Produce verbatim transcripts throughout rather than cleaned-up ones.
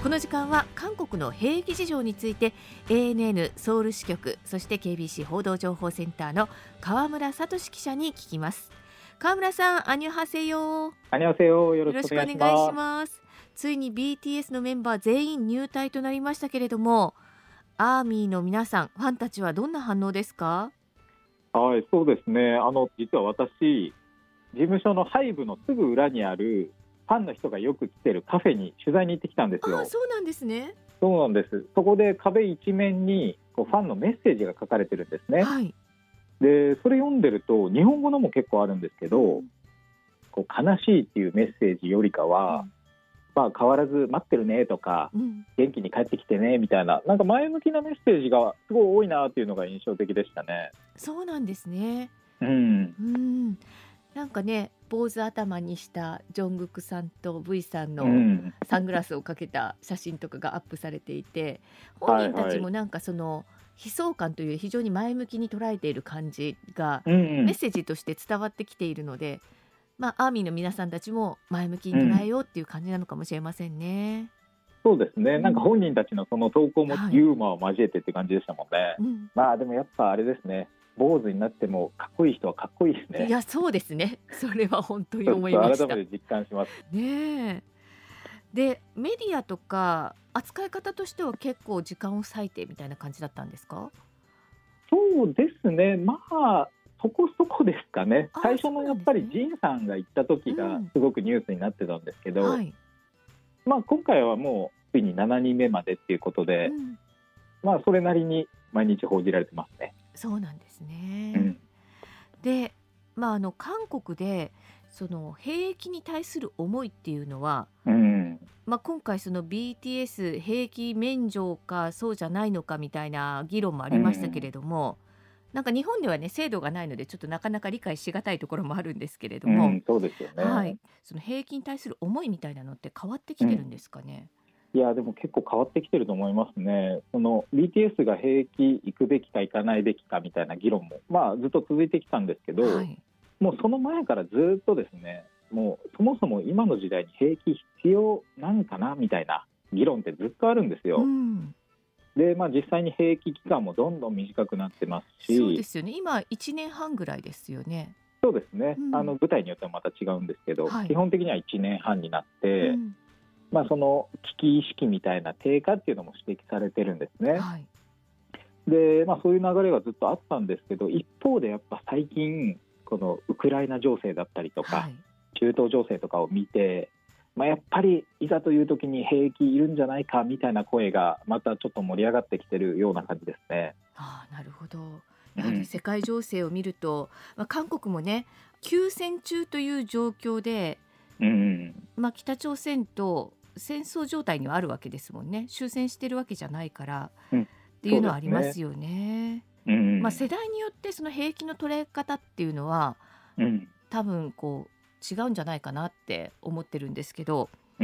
この時間は韓国の兵役事情について エーエヌエヌ ソウル支局、そして ケービーシー 報道情報センターの川村聡記者に聞きます。川村さん、アニョハセヨ。 アニョハセヨ、よろしくお願いします。 よろしくお願いします。ついに ビーティーエス のメンバー全員入隊となりましたけれども、アーミーの皆さん、ファンたちはどんな反応ですか？ はい、そうですね。あの実は私、事務所の背部のすぐ裏にあるファンの人がよく来てるカフェに取材に行ってきたんですよ。 あ、そうなんですね。 そうなんです。そこで壁一面にこうファンのメッセージが書かれてるんですね。 はい。 でそれ読んでると日本語のも結構あるんですけど、 うん、 こう悲しいっていうメッセージよりかは、 うんまあ、変わらず待ってるねとか、 うん、 元気に帰ってきてねみたいな、なんか前向きなメッセージがすごい多いなっていうのが印象的でしたね。 そうなんですね。 うん、 うん、なんかね、坊主頭にしたジョングクさんと V さんうのん、 サングラスをかけた写真とかがアップされていて、本人たはいはい。 ちもなんかその悲壮感という非常に前向きに捉えている感じがうん、 メッセージとして伝わってきているので、まあ、アーミーの皆さんたちも前向きうん、 に捉えようっていう感じなのかもしれませんね。 そうですね。なんかうん、 本人たちのその投稿もはい、 ユーモアを交えてって感じでしたもんね。 うん、 まあでもやっぱあれですね。坊主になってもかっこいい人はかっこいいですね。 いや、そうですね。それは本当にちょっと思いました。 改めて実感します。 ねえ。で、メディアとか扱い方としては結構時間を割いてみたいな感じだったんですか？ そうですね。まあそこそこですかね。 ああ、 最初そうのやっぱりなんですね。 ジンさんが行った時がうん、 すごくニュースになってたんですけど、 はい、 まあ今回はもうついにななにんめまでっていうことで、 うん、 まあそれなりに毎日報じられてますね。 そうなんですね。 うん。 で、まあ、あの韓国でその兵役に対する思いっていうのは、 うん。 まあ、今回その ビーティーエス 兵役免除かそうじゃないのかみたいな議論もあうりましたけん。 れども、なんか日本ではね制度がないのでちょっとなかなか理解しがたいところもあるんですけれども、 うん、そうですよね。 はい、その兵役に対する思いみたいなのって変わってきうん。 てるんですかね。 いやでも結構変わってきてると思いますね。その ビーティーエス が兵役行くべきか行かないべきかみたいな議論も、まあ、ずっと続いてきたんですけど、 はい。 もうその前からずっとですね、もうそもそも今の時代に兵役必要なんかなみたいな議論ってずっとあるんですうよ。 ん、 で、まあ、実際に兵役期間もどんどん短くなってますし、 そうですよね。今いちねんはんぐらいですよね。 そうですね、 うん、 あの部隊によってはまた違うんですけど、 はい。 基本的にはいちねんはんになって、 うん、 まあ、その危機意識みたいな低下っていうのも指摘されてるんですね。 はい。 で、まあ、そういう流れがずっとあったんですけど、一方でやっぱ最近このウクライナ情勢だったりとかはい。 中東情勢とかを見て、まあ、やっぱりいざという時に兵役いるんじゃないかみたいな声がまたちょっと盛り上がってきてるような感じですね。 ああ、なるほど。やはりうん、 世界情勢を見ると、まあ、韓国もね、休戦中という状況で、 うん、 まあ、北朝鮮と戦争状態にはあるわけですもんね。終戦してるわけじゃないからうん、 っていうそうのはありまですね。 すよね。 うまあ、世ん、 代によってその兵役の捉え方っていうのはうん、 多分こう違うんじゃないかなって思ってるんですけど、 うん、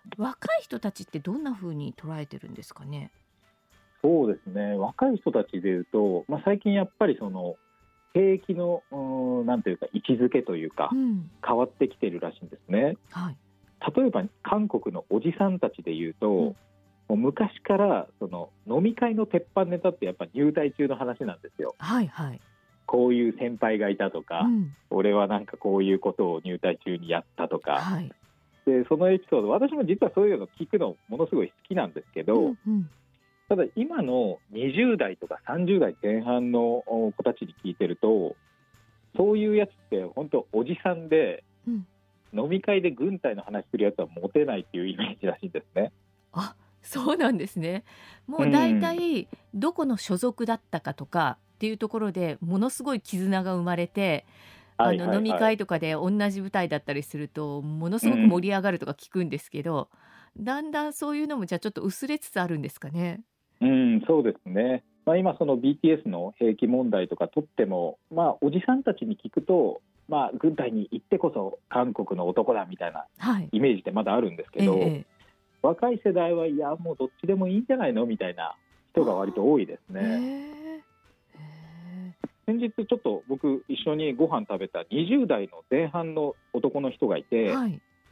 若い人たちってどんな風に捉えてるんですかね。 そうですね。若い人たちでいうと、まあ、最近やっぱりその兵役のうーんなんというか位置づけというかうん、 変わってきてるらしいんですね。 はい。 例えば韓国のおじさんたちでいうと、 うん、 もう昔からその飲み会の鉄板ネタってやっぱ入隊中の話なんですよ。 はいはい。 こういう先輩がいたとか、 うん、 俺はなんかこういうことを入隊中にやったとか、 はい。 でそのエピソード、私も実はそういうの聞くのものすごい好きなんですけど、 うんうん、 ただ今のにじゅう代とかさんじゅう代前半の子たちに聞いてると、そういうやつって本当おじさんで、 うん。 飲み会で軍隊の話するやつはモテないっていうイメージらしいんですね。 あ、そうなんですね。もううだいたん、 いどこの所属だったかとかっていうところでものすごい絆が生まれて、あはいの飲みはいはい。 会とかで同じ舞台だったりするとものすごくうん、 盛り上がるとか聞くんですけど、だんだんそういうのもじゃあちょっと薄れつつあるんですかね。 うん、そうですね。まあ、今その ビーティーエス の兵役問題とかとっても、まあ、おじさんたちに聞くと、まあ、軍隊に行ってこそ韓国の男だみたいなはい。 イメージってまだあるんですけええど、 ええ。 若い世代はいやもうどっちでもいいんじゃないのみたいな人が割あと多いですあ、へね。 え。へえ。 先日ちょっと僕一緒にご飯食べたにじゅう代の前半の男の人がいて、 はい。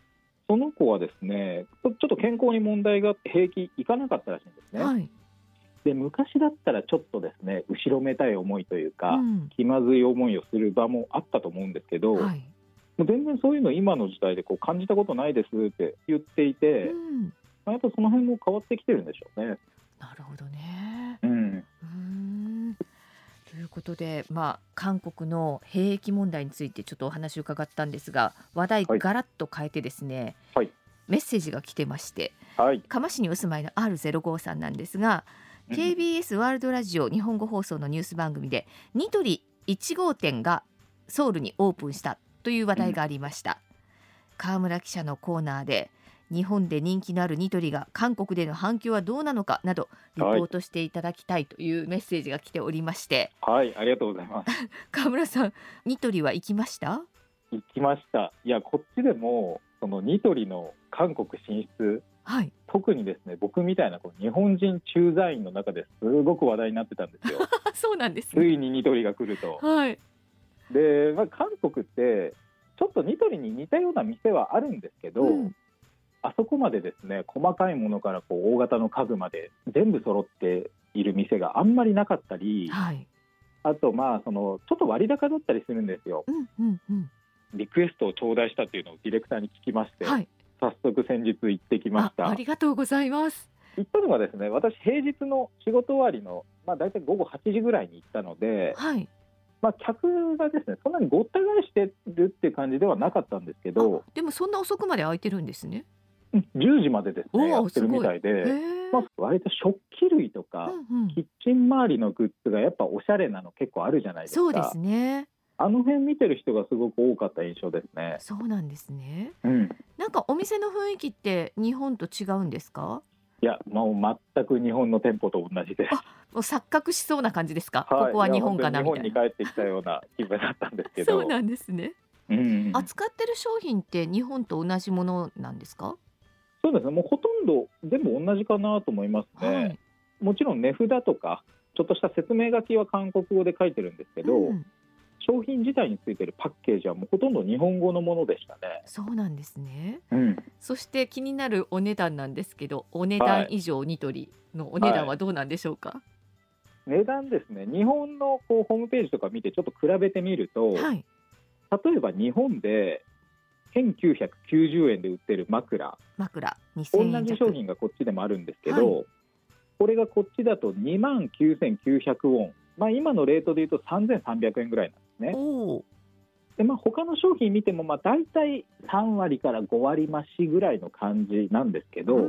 その子はですね、ちょちょっと健康に問題があって兵役行かなかったらしいんですね。 はい。 で昔だったらちょっとですね後ろめたい思いというか、 うん、 気まずい思いをする場もあったと思うんですけど、 はい。 もう全然そういうの今の時代でこう感じたことないですって言っていて、 うん、 まあやっぱその辺も変わってきてるんでしょうね。 なるほどね。 うん、 うーん。ということで、まあ、韓国の兵役問題についてちょっとお話を伺ったんですが、話題はいガラッと変えてですね、 はいメッセージが来てまして、 はい、 嘉麻市にお住まいの アールゼロご さんなんですが、 うんケービーエス ワールドラジオ日本語放送のニュース番組でニトリいち号店がソウルにオープンしたという話題がありました。川村記者のコーナーで、日本で人気のあるニトリが韓国での反響はどうなのかなどリポートしていただきたいというメッセージが来ておりまして、 はい、ありがとうございます。 川村さん、ニトリは行きました？ 行きました。いやこっちでもそのニトリの韓国進出、 はい。 特にですね僕みたいなこう日本人駐在員の中ですごく話題になってたんですよ。 そうなんですね。 ついにニトリが来ると。 はい。 で、まあ、韓国ってちょっとニトリに似たような店はあるんですけど、 うん、 あそこまでですね細かいものからこう大型の家具まで全部揃っている店があんまりなかったり、 はい。 あとまあそのちょっと割高だったりするんですよ。 うんうんうん。 リクエストを頂戴したっていうのをディレクターに聞きまして、 はい。 早速先日行ってきましあ、あた。 りがとうございます。 行ったのがですね私平日の仕事終わりの、まあ、大体午後はちじぐらいに行ったので、 はい。 まあ、客がですねそんなにごった返してるっていう感じではなかったんですけど、 でもそんな遅くまで空いてるんですね。 うんじゅうじまでですねやおお、 ってるみたいすごい。へで、 え。 まあ、割と食器類とか、 うんうん。 キッチン周りのグッズがやっぱおしゃれなの結構あるじゃないですか。 そうですね。 あの辺見てる人がすごく多かった印象ですね。 そうなんですね。 うん、 なんかお店の雰囲気って日本と違うんですか？ いやもう全く日本の店舗と同じです。 あ、もう錯覚しそうな感じですか？ はい、 ここは日本かなみたいな。 いや本当に日本に帰ってきたような気分だったんですけどそうなんですね。 うん、 扱ってる商品って日本と同じものなんですか？ そうですねもうほとんど全部同じかなと思いますね。 はい。 もちろん値札とかちょっとした説明書きは韓国語で書いてるんですけど、 うん、 商品自体についてるパッケージはもうほとんど日本語のものでしたね。 そうなんですね。 うんそして気になるお値段なんですけど、お値はい段以上ニトリのお値段はどうなんでしょうか？ 値段ですね日本のこうホームページとか見てちょっと比べてみると、 はい。 例えば日本でせんきゅうひゃくきゅうじゅうえんで売ってる枕、 枕にせ同んえんじ弱。 商品がこっちでもあるんですけど、 はこれがこっちだとにまんきゅうせんきゅうひゃくウォン、まあ、今のレートでいうとさんぜんさんびゃくえんぐらいなんですね。 おお。 で、まあ、他の商品見てもまあ大体さんわりからごわり増しぐらいの感じなんですけど、 うん。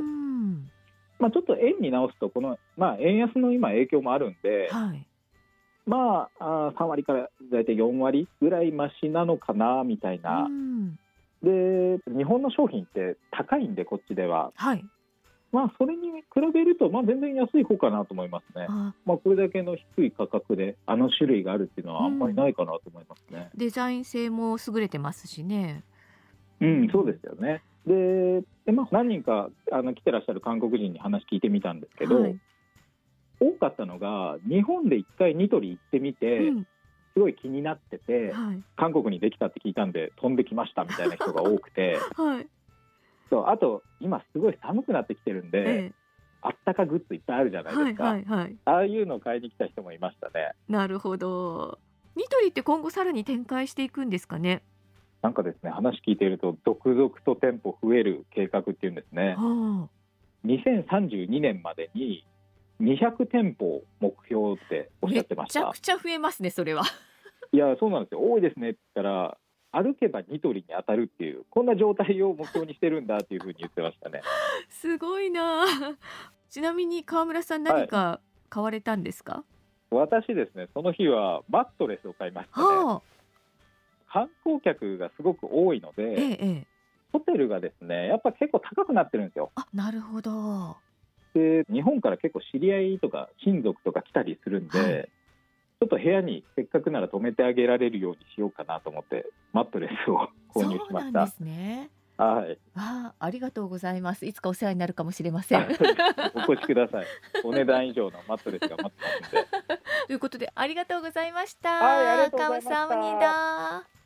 まあ、ちょっと円に直すとこの、まあ、円安の今影響もあるんで、 はい。 まあ、あーさんわりから大体よんわりぐらい増しなのかなみたいな。 うん。 で日本の商品って高いんでこっちでは、 はい。 まあ、それに比べるとまあ全然安い方かなと思いますね。 あ、 まあ、これだけの低い価格であの種類があるっていうのはあんまりないかなと思いますね。 デザイン性も優れてますしね。 うん、そうですよね。でで、まあ、何人かあの来てらっしゃる韓国人に話聞いてみたんですけど、 はい。 多かったのが日本で一回ニトリ行ってみて、 うん。 すごい気になっててはい。 韓国にできたって聞いたんで飛んできましたみたいな人が多くてはい。 そうあと今すごい寒くなってきてるんで、 えあったかグッズいっぱいあるじゃなえ。 いですか、 はいはいはい。 ああいうのを買いに来た人もいましたね。 なるほど。ニトリって今後さらに展開していくんですかね。 なんかですね話聞いていると続々と店舗増える計画っていうんですね。 はあ。 にせんさんじゅうにねんまでににひゃくてんぽを目標っておっしめっゃってました。 ちゃくちゃ増えますね、それは。 いやそうなんですよ多いですねって言ったら歩けばニトリに当たるっていうこんな状態を目標にしてるんだっていうふうに言ってましたね。 すごいな。ちなみに川村さん何か買われたんですか？ 私ですねその日はマットレスを買いましたね。 はあ。 観光客がすごく多いのえで、 えええ。 ホテルがですねやっぱ結構高くなってるんですよ。 あ、なるほど。 で日本から結構知り合いとか親族とか来たりするんで、 はい、 ちょっと部屋にせっかくなら泊めてあげられるようにしようかなと思ってマットレスを購入しました。 そうなんですね。 はい、 ああ、ありがとうございます。いつかお世話になるかもしれません。 お越しください。お値段以上のマットレスが待ってますんで。 ということでありがとうございました。 はい、ありがとうございました。 감사합니다